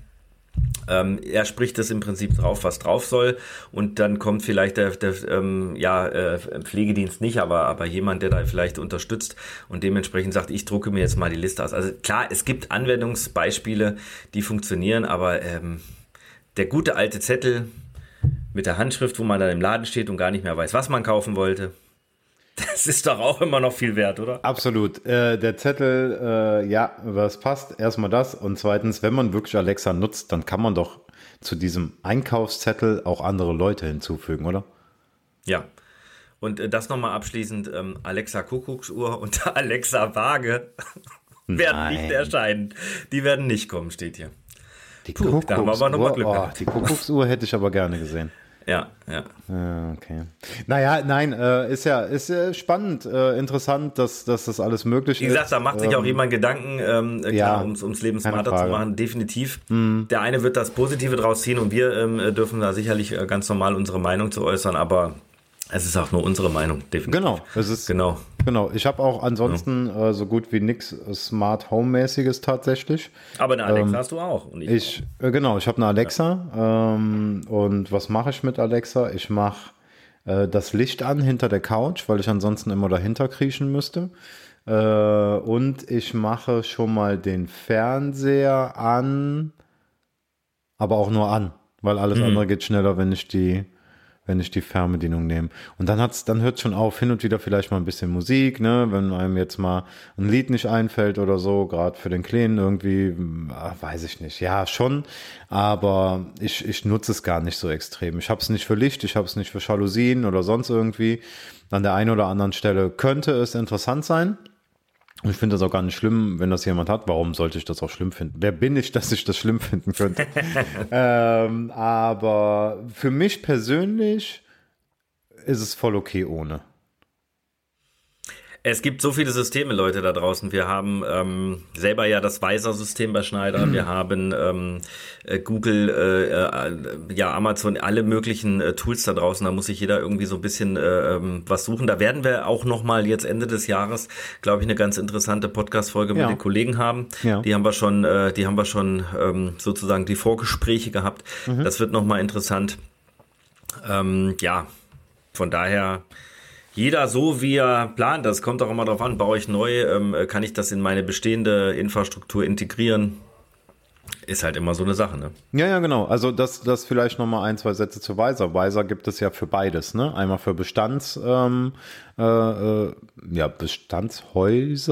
Ähm, er spricht das im Prinzip drauf, was drauf soll und dann kommt vielleicht der, der ähm, ja, äh, Pflegedienst nicht, aber, aber jemand, der da vielleicht unterstützt und dementsprechend sagt, ich drucke mir jetzt mal die Liste aus. Also klar, es gibt Anwendungsbeispiele, die funktionieren, aber ähm, der gute alte Zettel mit der Handschrift, wo man dann im Laden steht und gar nicht mehr weiß, was man kaufen wollte, das ist doch auch immer noch viel wert, oder? Absolut. Äh, der Zettel, äh, ja, was passt? Erstmal das. Und zweitens, wenn man wirklich Alexa nutzt, dann kann man doch zu diesem Einkaufszettel auch andere Leute hinzufügen, oder? Ja. Und äh, das nochmal abschließend, ähm, Alexa Kuckucksuhr und Alexa Waage werden nicht erscheinen. Die werden nicht kommen, steht hier. Die Puh, da haben wir aber nochmal Glück gehabt. Oh, die Kuckucksuhr hätte ich aber gerne gesehen. Ja, ja. Ah, okay. Naja, nein, äh, ist ja ist äh, spannend, äh, interessant, dass, dass das alles möglich ist. Wie gesagt, ist. Da macht sich ähm, auch jemand Gedanken, ähm, klar, ja, ums, ums Leben smarter zu machen, definitiv. Mhm. Der eine wird das Positive draus ziehen und wir ähm, dürfen da sicherlich äh, ganz normal unsere Meinung zu äußern, aber es ist auch nur unsere Meinung, definitiv. Genau, es ist, genau. genau. Ich habe auch ansonsten ja. äh, so gut wie nichts Smart Home-mäßiges tatsächlich. Aber eine Alexa ähm, hast du auch. Und ich ich äh, genau, ich habe eine Alexa. Ja. Ähm, und was mache ich mit Alexa? Ich mache äh, das Licht an hinter der Couch, weil ich ansonsten immer dahinter kriechen müsste. Äh, und ich mache schon mal den Fernseher an, aber auch nur an, weil alles mhm. andere geht schneller, wenn ich die wenn ich die Fernbedienung nehme. Und dann hat's, dann hört schon auf, hin und wieder vielleicht mal ein bisschen Musik, ne, wenn einem jetzt mal ein Lied nicht einfällt oder so, gerade für den Kleinen irgendwie, ach, weiß ich nicht. Ja, schon, aber ich, ich nutze es gar nicht so extrem. Ich habe es nicht für Licht, ich habe es nicht für Jalousien oder sonst irgendwie. An der einen oder anderen Stelle könnte es interessant sein. Und ich finde das auch gar nicht schlimm, wenn das jemand hat. Warum sollte ich das auch schlimm finden? Wer bin ich, dass ich das schlimm finden könnte? ähm, aber für mich persönlich ist es voll okay ohne. Es gibt so viele Systeme, Leute, da draußen. Wir haben ähm, selber ja das Weiser-System bei Schneider. Mhm. Wir haben ähm, äh, Google, äh, äh, ja Amazon, alle möglichen äh, Tools da draußen. Da muss sich jeder irgendwie so ein bisschen äh, was suchen. Da werden wir auch nochmal jetzt Ende des Jahres, glaube ich, eine ganz interessante Podcast-Folge ja. mit den Kollegen haben. Ja. Die haben wir schon, äh, die haben wir schon ähm, sozusagen die Vorgespräche gehabt. Mhm. Das wird nochmal interessant. Ähm, ja, von daher... Jeder so, wie er plant, das kommt auch immer darauf an, baue ich neu, ähm, kann ich das in meine bestehende Infrastruktur integrieren, ist halt immer so eine Sache, ne? Ja, ja, genau, also das, das vielleicht nochmal ein, zwei Sätze zu Weiser. Weiser gibt es ja für beides, ne? Einmal für Bestands, ähm, äh, ja, Bestandshäuser,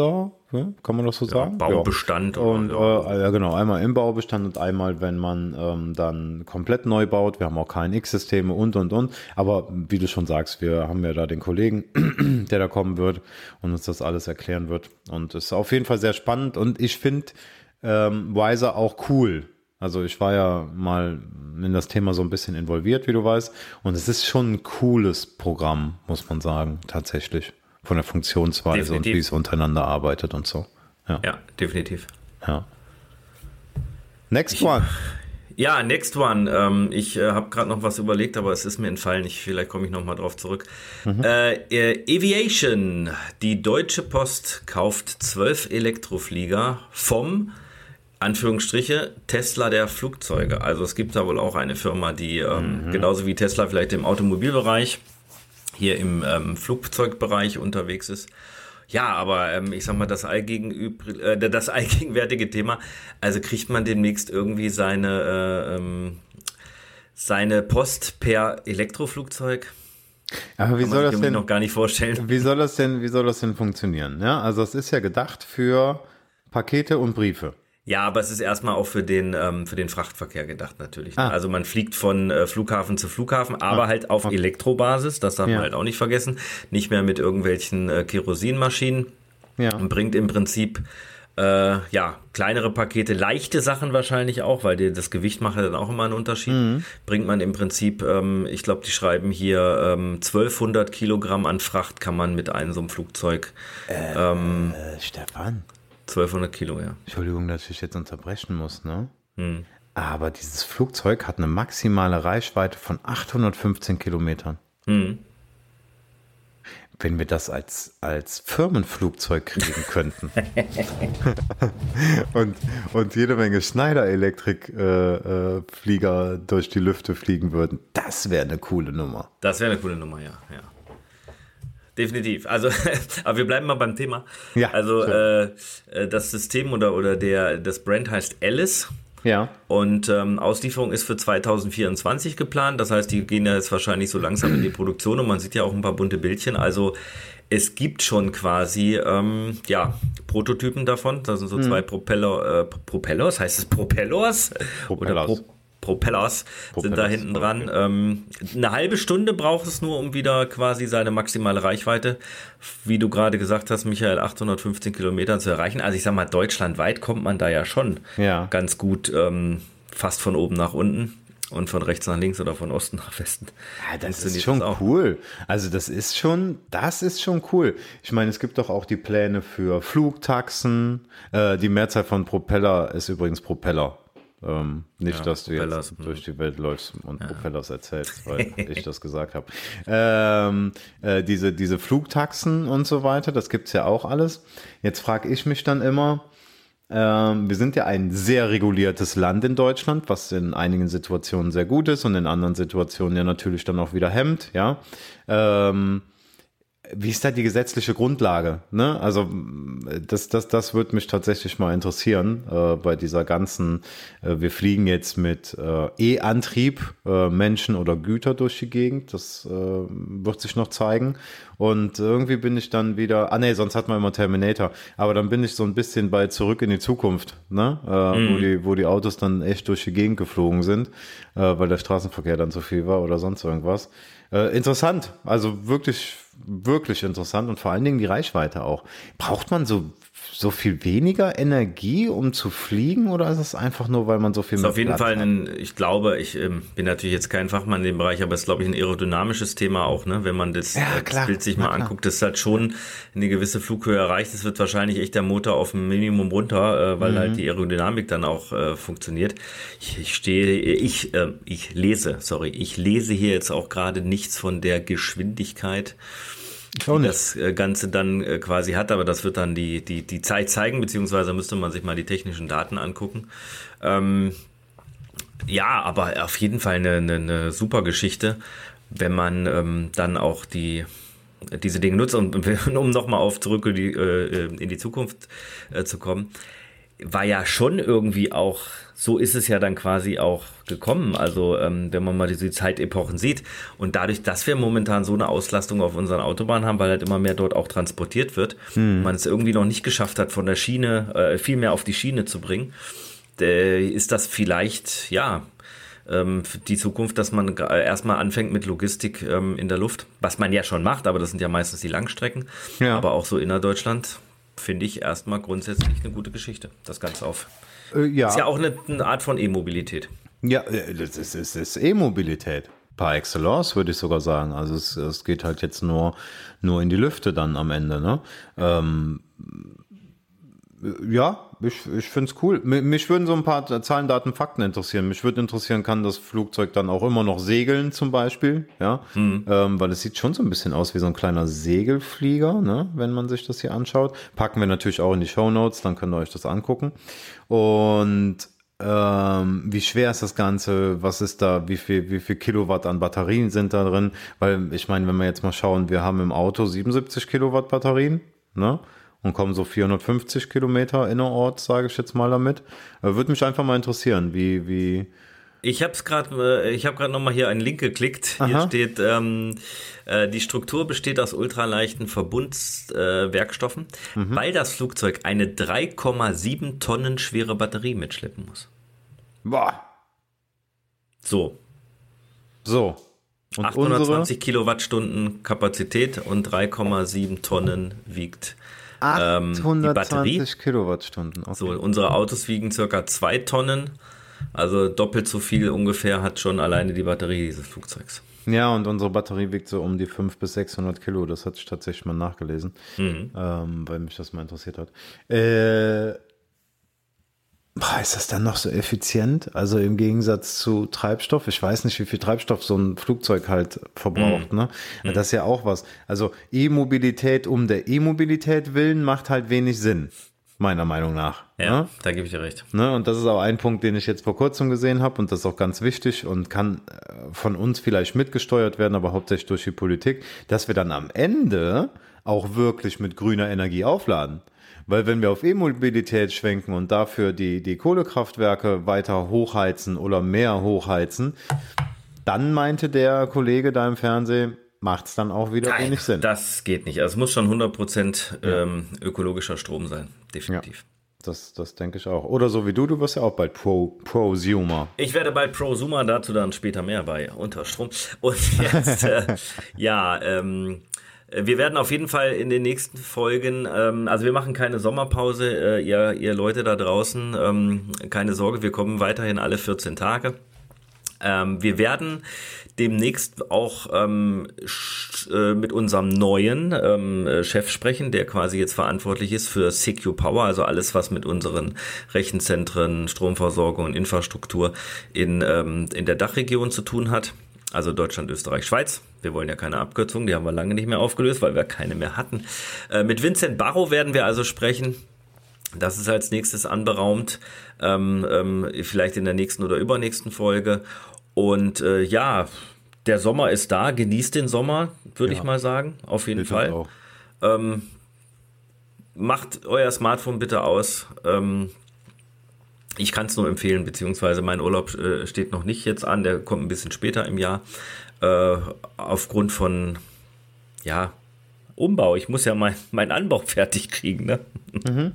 ja, kann man das so sagen? Ja, Baubestand. Ja. Und ja. Äh, ja, genau, einmal im Baubestand und einmal, wenn man ähm, dann komplett neu baut. Wir haben auch K N X-Systeme und, und, und. Aber wie du schon sagst, wir haben ja da den Kollegen, der da kommen wird und uns das alles erklären wird. Und es ist auf jeden Fall sehr spannend und ich finde ähm, Wiser auch cool. Also ich war ja mal in das Thema so ein bisschen involviert, wie du weißt. Und es ist schon ein cooles Programm, muss man sagen, tatsächlich. Von der Funktionsweise definitiv. Und wie es untereinander arbeitet und so. Ja, ja definitiv. Ja. Next ich, one. Ja, next one. Ähm, ich äh, habe gerade noch was überlegt, aber es ist mir entfallen. Ich, vielleicht komme ich noch mal drauf zurück. Mhm. Äh, äh, Aviation. Die Deutsche Post kauft zwölf Elektroflieger vom, Anführungsstriche, Tesla der Flugzeuge. Also es gibt da wohl auch eine Firma, die ähm, mhm. genauso wie Tesla vielleicht im Automobilbereich hier im ähm, Flugzeugbereich unterwegs ist. Ja, aber ähm, ich sag mal, das, allgegenübr- äh, das allgegenwärtige Thema, also kriegt man demnächst irgendwie seine, äh, ähm, seine Post per Elektroflugzeug? Aber wie Kann soll man das sich denn noch gar nicht vorstellen? Wie soll das denn, wie soll das denn funktionieren? Ja, also es ist ja gedacht für Pakete und Briefe. Ja, aber es ist erstmal auch für den ähm, für den Frachtverkehr gedacht natürlich. Ah. Also man fliegt von äh, Flughafen zu Flughafen, aber ah. halt auf okay. Elektrobasis, das darf ja. man halt auch nicht vergessen. Nicht mehr mit irgendwelchen äh, Kerosinmaschinen. Ja. Und bringt im Prinzip äh, ja kleinere Pakete, leichte Sachen wahrscheinlich auch, weil die, das Gewicht macht ja dann auch immer einen Unterschied. Mhm. Bringt man im Prinzip, ähm, ich glaube, die schreiben hier ähm, zwölfhundert Kilogramm an Fracht kann man mit einem so einem Flugzeug. Äh, ähm, äh, Stefan. zwölfhundert Kilo, ja. Entschuldigung, dass ich jetzt unterbrechen muss, ne? Hm. Aber dieses Flugzeug hat eine maximale Reichweite von achthundertfünfzehn Kilometern. Hm. Wenn wir das als, als Firmenflugzeug kriegen könnten und, und jede Menge Schneider-Elektrik-Flieger äh, äh, durch die Lüfte fliegen würden, das wäre eine coole Nummer. Das wäre eine coole Nummer, ja, ja. Definitiv. Also, aber wir bleiben mal beim Thema. Ja, also äh, das System oder oder der das Brand heißt Alice. Ja. Und ähm, Auslieferung ist für zweitausendvierundzwanzig geplant. Das heißt, die gehen ja jetzt wahrscheinlich so langsam in die Produktion und man sieht ja auch ein paar bunte Bildchen. Also es gibt schon quasi ähm, ja Prototypen davon. Das sind so hm. zwei Propeller, äh, Propellers, heißt es Propellers? Propellers. Oder Pro- Propellers, Propellers sind da hinten dran. Okay. Ähm, eine halbe Stunde braucht es nur, um wieder quasi seine maximale Reichweite, wie du gerade gesagt hast, Michael, achthundertfünfzehn Kilometer zu erreichen. Also ich sag mal, deutschlandweit kommt man da ja schon ja. ganz gut, ähm, fast von oben nach unten und von rechts nach links oder von Osten nach Westen. Ja, das ist schon das cool. Also das ist schon, das ist schon cool. Ich meine, es gibt doch auch die Pläne für Flugtaxen. Äh, die Mehrzahl von Propeller ist übrigens Propeller. Ähm, nicht, ja, dass du Propellers, jetzt durch die Welt läufst und ja. Propellers erzählst, weil ich das gesagt habe. Ähm, äh, diese, diese Flugtaxen und so weiter, das gibt's ja auch alles. Jetzt frage ich mich dann immer, ähm, wir sind ja ein sehr reguliertes Land in Deutschland, was in einigen Situationen sehr gut ist und in anderen Situationen ja natürlich dann auch wieder hemmt, ja. Ähm, Wie ist da die gesetzliche Grundlage? Ne? Also das, das, das würde mich tatsächlich mal interessieren äh, bei dieser ganzen, äh, wir fliegen jetzt mit äh, E-Antrieb äh, Menschen oder Güter durch die Gegend. Das äh, wird sich noch zeigen. Und irgendwie bin ich dann wieder, ah nee, sonst hat man immer Terminator, aber dann bin ich so ein bisschen bei Zurück in die Zukunft, ne? Äh, mhm. wo, die, wo die Autos dann echt durch die Gegend geflogen sind, äh, weil der Straßenverkehr dann zu viel war oder sonst irgendwas. Äh, interessant, also wirklich, wirklich interessant und vor allen Dingen die Reichweite auch. Braucht man so, so viel weniger Energie, um zu fliegen, oder ist es einfach nur, weil man so viel mehr Platz hat? Ist auf jeden Fall ein, hat? ich glaube, ich ähm, bin natürlich jetzt kein Fachmann in dem Bereich, aber es ist, glaube ich, ein aerodynamisches Thema auch, ne? Wenn man das, ja, äh, das Bild sich mal anguckt, das hat schon eine gewisse Flughöhe erreicht. Es wird wahrscheinlich echt der Motor auf ein Minimum runter, äh, weil mhm. halt die Aerodynamik dann auch äh, funktioniert. Ich, ich stehe, ich, äh, ich lese, sorry, ich lese hier jetzt auch gerade nichts von der Geschwindigkeit, die das Ganze dann quasi hat, aber das wird dann die, die, die Zeit zeigen, beziehungsweise müsste man sich mal die technischen Daten angucken. Ähm, ja, aber auf jeden Fall eine, eine, eine super Geschichte, wenn man ähm, dann auch die diese Dinge nutzt. Und um nochmal auf zurück in die, äh, in die Zukunft äh, zu kommen, war ja schon irgendwie auch, so ist es ja dann quasi auch gekommen. Also ähm, wenn man mal diese Zeitepochen sieht und dadurch, dass wir momentan so eine Auslastung auf unseren Autobahnen haben, weil halt immer mehr dort auch transportiert wird, hm. man es irgendwie noch nicht geschafft hat, von der Schiene äh, viel mehr auf die Schiene zu bringen, äh, ist das vielleicht, ja, ähm, die Zukunft, dass man äh, erstmal anfängt mit Logistik ähm, in der Luft, was man ja schon macht, aber das sind ja meistens die Langstrecken, ja. aber auch so innerdeutschland, finde ich erstmal grundsätzlich eine gute Geschichte, das Ganze auf. Äh, ja. Ist ja auch eine, eine Art von E-Mobilität. Ja, das ist, ist, ist E-Mobilität. Par excellence, würde ich sogar sagen. Also es, es geht halt jetzt nur, nur in die Lüfte dann am Ende. Ne? Ähm, ja, ich, ich finde es cool. Mich würden so ein paar Zahlen, Daten, Fakten interessieren. Mich würde interessieren, kann das Flugzeug dann auch immer noch segeln zum Beispiel? Ja, hm. ähm, weil es sieht schon so ein bisschen aus wie so ein kleiner Segelflieger, ne? Wenn man sich das hier anschaut. Packen wir natürlich auch in die Shownotes, dann könnt ihr euch das angucken. Und ähm, wie schwer ist das Ganze? Was ist da? Wie viel, wie viel Kilowatt an Batterien sind da drin? Weil ich meine, wenn wir jetzt mal schauen, wir haben im Auto siebenundsiebzig Kilowatt Batterien, ne? Und kommen so vierhundertfünfzig Kilometer innerorts, sage ich jetzt mal damit. Würde mich einfach mal interessieren, wie... wie ich habe es gerade, ich habe gerade nochmal hier einen Link geklickt. Aha. Hier steht, ähm, äh, die Struktur besteht aus ultraleichten Verbundwerkstoffen, äh, mhm. weil das Flugzeug eine drei Komma sieben Tonnen schwere Batterie mitschleppen muss. Boah. So. So. Und achthundertzwanzig Kilowattstunden Kapazität und drei Komma sieben Tonnen wiegt ähm, die Batterie. Kilowattstunden. Okay. So, unsere Autos wiegen circa zwei Tonnen, also doppelt so viel ungefähr hat schon alleine die Batterie dieses Flugzeugs. Ja, und unsere Batterie wiegt so um die fünfhundert bis sechshundert Kilo, das hatte ich tatsächlich mal nachgelesen, mhm. ähm, weil mich das mal interessiert hat. Äh, Ist das dann noch so effizient? Also im Gegensatz zu Treibstoff? Ich weiß nicht, wie viel Treibstoff so ein Flugzeug halt verbraucht. Mm. Ne? Mm. Das ist ja auch was. Also E-Mobilität um der E-Mobilität willen macht halt wenig Sinn, meiner Meinung nach. Ja, ne? Da gebe ich dir recht. Ne? Und das ist auch ein Punkt, den ich jetzt vor kurzem gesehen habe und das ist auch ganz wichtig und kann von uns vielleicht mitgesteuert werden, aber hauptsächlich durch die Politik, dass wir dann am Ende auch wirklich mit grüner Energie aufladen. Weil wenn wir auf E-Mobilität schwenken und dafür die, die Kohlekraftwerke weiter hochheizen oder mehr hochheizen, dann meinte der Kollege da im Fernsehen, macht es dann auch wieder Nein, wenig Sinn. Das geht nicht. Also es muss schon hundert Prozent ähm, ökologischer Strom sein, definitiv. Ja, das, das denke ich auch. Oder so wie du, du wirst ja auch bald Pro, Prosumer. Ich werde bald Prosumer, dazu dann später mehr bei Unterstrom. Und jetzt, äh, ja, ähm, wir werden auf jeden Fall in den nächsten Folgen, ähm, also wir machen keine Sommerpause, äh, ihr, ihr Leute da draußen, ähm, keine Sorge, wir kommen weiterhin alle vierzehn Tage. Ähm, wir werden demnächst auch ähm, sch, äh, mit unserem neuen ähm, Chef sprechen, der quasi jetzt verantwortlich ist für Secure Power, also alles, was mit unseren Rechenzentren, Stromversorgung und Infrastruktur in, ähm, in der Dachregion zu tun hat. Also Deutschland, Österreich, Schweiz. Wir wollen ja keine Abkürzung, die haben wir lange nicht mehr aufgelöst, weil wir keine mehr hatten. Äh, mit Vincent Barrow werden wir also sprechen. Das ist als nächstes anberaumt, ähm, ähm, vielleicht in der nächsten oder übernächsten Folge. Und äh, ja, der Sommer ist da, genießt den Sommer, würde ja. ich mal sagen, auf jeden ich Fall. Auch. Ähm, macht euer Smartphone bitte aus. Ähm, Ich kann es nur empfehlen, beziehungsweise mein Urlaub äh, steht noch nicht jetzt an, der kommt ein bisschen später im Jahr, äh, aufgrund von, ja, Umbau. Ich muss ja mein, meinen Anbau fertig kriegen, ne? Mhm.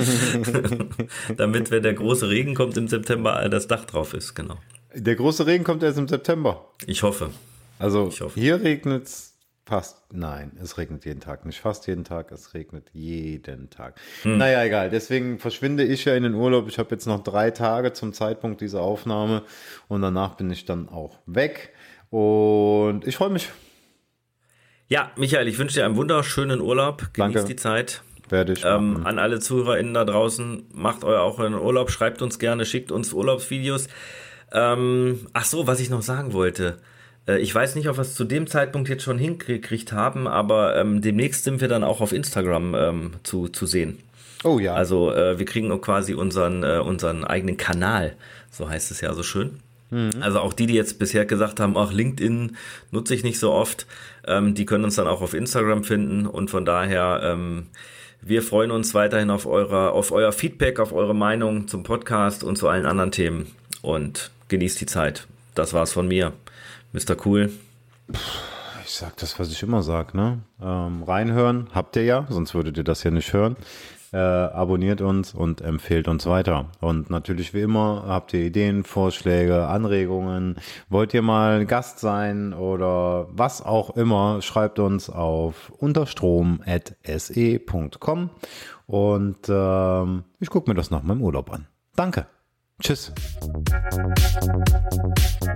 Damit, wenn der große Regen kommt im September, das Dach drauf ist, genau. Der große Regen kommt erst im September. Ich hoffe. Also ich hoffe. Hier regnet es fast, nein, es regnet jeden Tag, nicht fast jeden Tag, es regnet jeden Tag. Hm. Naja, egal, deswegen verschwinde ich ja in den Urlaub. Ich habe jetzt noch drei Tage zum Zeitpunkt dieser Aufnahme und danach bin ich dann auch weg und ich freue mich. Ja, Michael, ich wünsche dir einen wunderschönen Urlaub, genießt Danke. die Zeit. Werde ich ähm, an alle ZuhörerInnen da draußen, macht euer auch einen Urlaub, schreibt uns gerne, schickt uns Urlaubsvideos. Ähm, ach so, was ich noch sagen wollte. Ich weiß nicht, ob wir es zu dem Zeitpunkt jetzt schon hingekriegt haben, aber ähm, demnächst sind wir dann auch auf Instagram ähm, zu, zu sehen. Oh ja. Also äh, wir kriegen auch quasi unseren, äh, unseren eigenen Kanal, so heißt es ja so schön. Mhm. Also auch die, die jetzt bisher gesagt haben, ach, LinkedIn nutze ich nicht so oft, ähm, die können uns dann auch auf Instagram finden und von daher, ähm, Wir freuen uns weiterhin auf, eure, auf euer Feedback, auf eure Meinung zum Podcast und zu allen anderen Themen. Und genießt die Zeit. Das war's von mir. Mister Cool. Ich sag das, was ich immer sag, ne? Ähm, reinhören habt ihr ja, sonst würdet ihr das ja nicht hören. Äh, abonniert uns und empfehlt uns weiter. Und natürlich wie immer, habt ihr Ideen, Vorschläge, Anregungen, wollt ihr mal Gast sein oder was auch immer, schreibt uns auf unterstrom at s e punkt com und ähm, ich gucke mir das nach meinem Urlaub an. Danke. Tschüss.